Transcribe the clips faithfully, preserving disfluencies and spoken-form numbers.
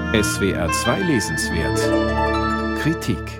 S W R zwei Lesenswert Kritik.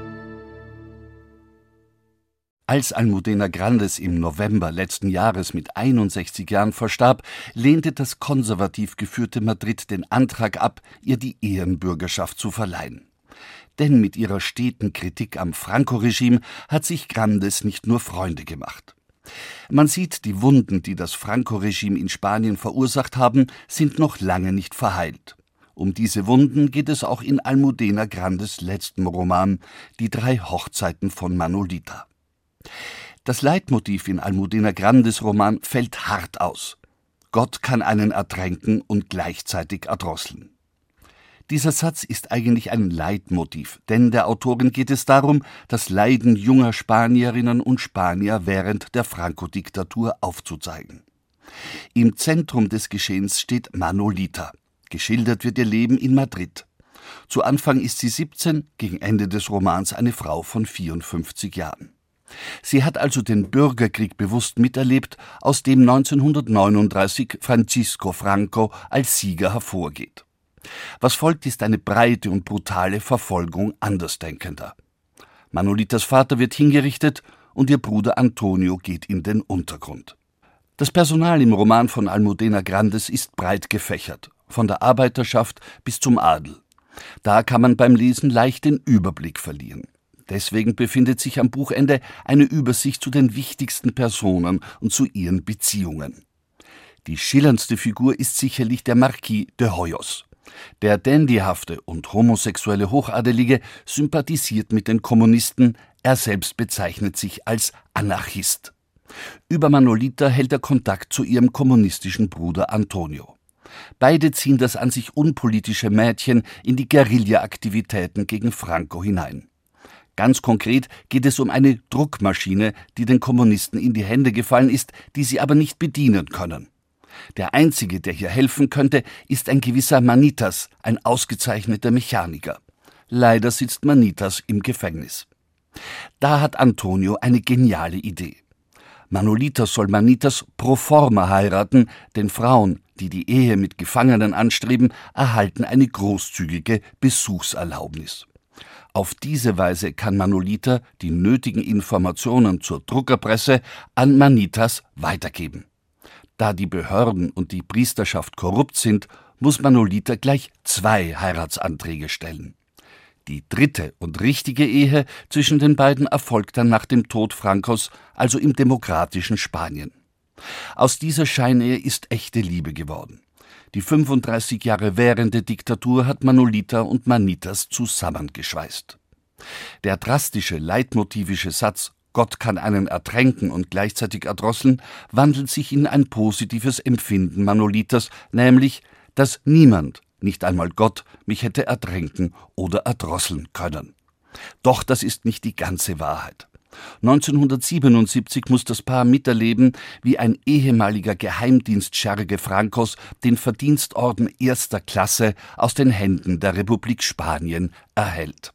Als Almudena Grandes im November letzten Jahres mit einundsechzig Jahren verstarb, lehnte das konservativ geführte Madrid den Antrag ab, ihr die Ehrenbürgerschaft zu verleihen. Denn mit ihrer steten Kritik am Franco-Regime hat sich Grandes nicht nur Freunde gemacht. Man sieht, die Wunden, die das Franco-Regime in Spanien verursacht haben, sind noch lange nicht verheilt. Um diese Wunden geht es auch in Almudena Grandes letztem Roman »Die drei Hochzeiten von Manolita«. Das Leitmotiv in Almudena Grandes Roman fällt hart aus. Gott kann einen ertränken und gleichzeitig erdrosseln. Dieser Satz ist eigentlich ein Leitmotiv, denn der Autorin geht es darum, das Leiden junger Spanierinnen und Spanier während der Franco-Diktatur aufzuzeigen. Im Zentrum des Geschehens steht Manolita. Geschildert wird ihr Leben in Madrid. Zu Anfang ist sie siebzehn, gegen Ende des Romans eine Frau von vierundfünfzig Jahren. Sie hat also den Bürgerkrieg bewusst miterlebt, aus dem neunzehnhundertneununddreißig Francisco Franco als Sieger hervorgeht. Was folgt, ist eine breite und brutale Verfolgung Andersdenkender. Manolitas Vater wird hingerichtet und ihr Bruder Antonio geht in den Untergrund. Das Personal im Roman von Almudena Grandes ist breit gefächert, von der Arbeiterschaft bis zum Adel. Da kann man beim Lesen leicht den Überblick verlieren. Deswegen befindet sich am Buchende eine Übersicht zu den wichtigsten Personen und zu ihren Beziehungen. Die schillerndste Figur ist sicherlich der Marquis de Hoyos. Der dandyhafte und homosexuelle Hochadelige sympathisiert mit den Kommunisten, er selbst bezeichnet sich als Anarchist. Über Manolita hält er Kontakt zu ihrem kommunistischen Bruder Antonio. Beide ziehen das an sich unpolitische Mädchen in die Guerilla-Aktivitäten gegen Franco hinein. Ganz konkret geht es um eine Druckmaschine, die den Kommunisten in die Hände gefallen ist, die sie aber nicht bedienen können. Der Einzige, der hier helfen könnte, ist ein gewisser Manitas, ein ausgezeichneter Mechaniker. Leider sitzt Manitas im Gefängnis. Da hat Antonio eine geniale Idee. Manolita soll Manitas pro forma heiraten, denn Frauen, die die Ehe mit Gefangenen anstreben, erhalten eine großzügige Besuchserlaubnis. Auf diese Weise kann Manolita die nötigen Informationen zur Druckerpresse an Manitas weitergeben. Da die Behörden und die Priesterschaft korrupt sind, muss Manolita gleich zwei Heiratsanträge stellen. Die dritte und richtige Ehe zwischen den beiden erfolgt dann nach dem Tod Francos, also im demokratischen Spanien. Aus dieser Scheinehe ist echte Liebe geworden. Die fünfunddreißig Jahre währende Diktatur hat Manolita und Manitas zusammengeschweißt. Der drastische, leitmotivische Satz »Gott kann einen ertränken und gleichzeitig erdrosseln« wandelt sich in ein positives Empfinden Manolitas, nämlich, dass niemand, nicht einmal Gott, mich hätte ertränken oder erdrosseln können. Doch das ist nicht die ganze Wahrheit. neunzehnhundertsiebenundsiebzig muss das Paar miterleben, wie ein ehemaliger Geheimdienstscherge Francos den Verdienstorden erster Klasse aus den Händen der Republik Spanien erhält.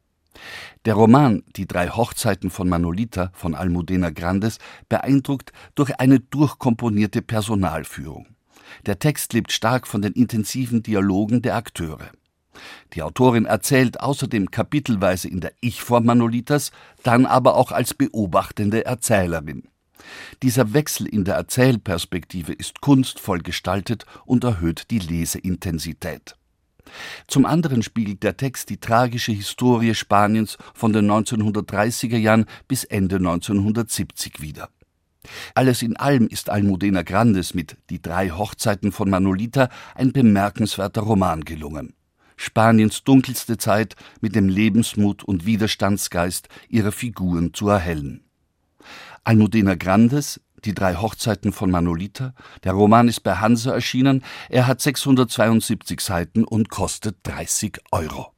Der Roman »Die drei Hochzeiten von Manolita« von Almudena Grandes beeindruckt durch eine durchkomponierte Personalführung. Der Text lebt stark von den intensiven Dialogen der Akteure. Die Autorin erzählt außerdem kapitelweise in der Ich-Form Manolitas, dann aber auch als beobachtende Erzählerin. Dieser Wechsel in der Erzählperspektive ist kunstvoll gestaltet und erhöht die Leseintensität. Zum anderen spiegelt der Text die tragische Historie Spaniens von den neunzehnhundertdreißiger Jahren bis Ende neunzehnhundertsiebzig wider. Alles in allem ist Almudena Grandes mit »Die drei Hochzeiten von Manolita« ein bemerkenswerter Roman gelungen. Spaniens dunkelste Zeit mit dem Lebensmut und Widerstandsgeist ihrer Figuren zu erhellen. Almudena Grandes, »Die drei Hochzeiten von Manolita«, der Roman ist bei Hansa erschienen, er hat sechshundertzweiundsiebzig Seiten und kostet dreißig Euro.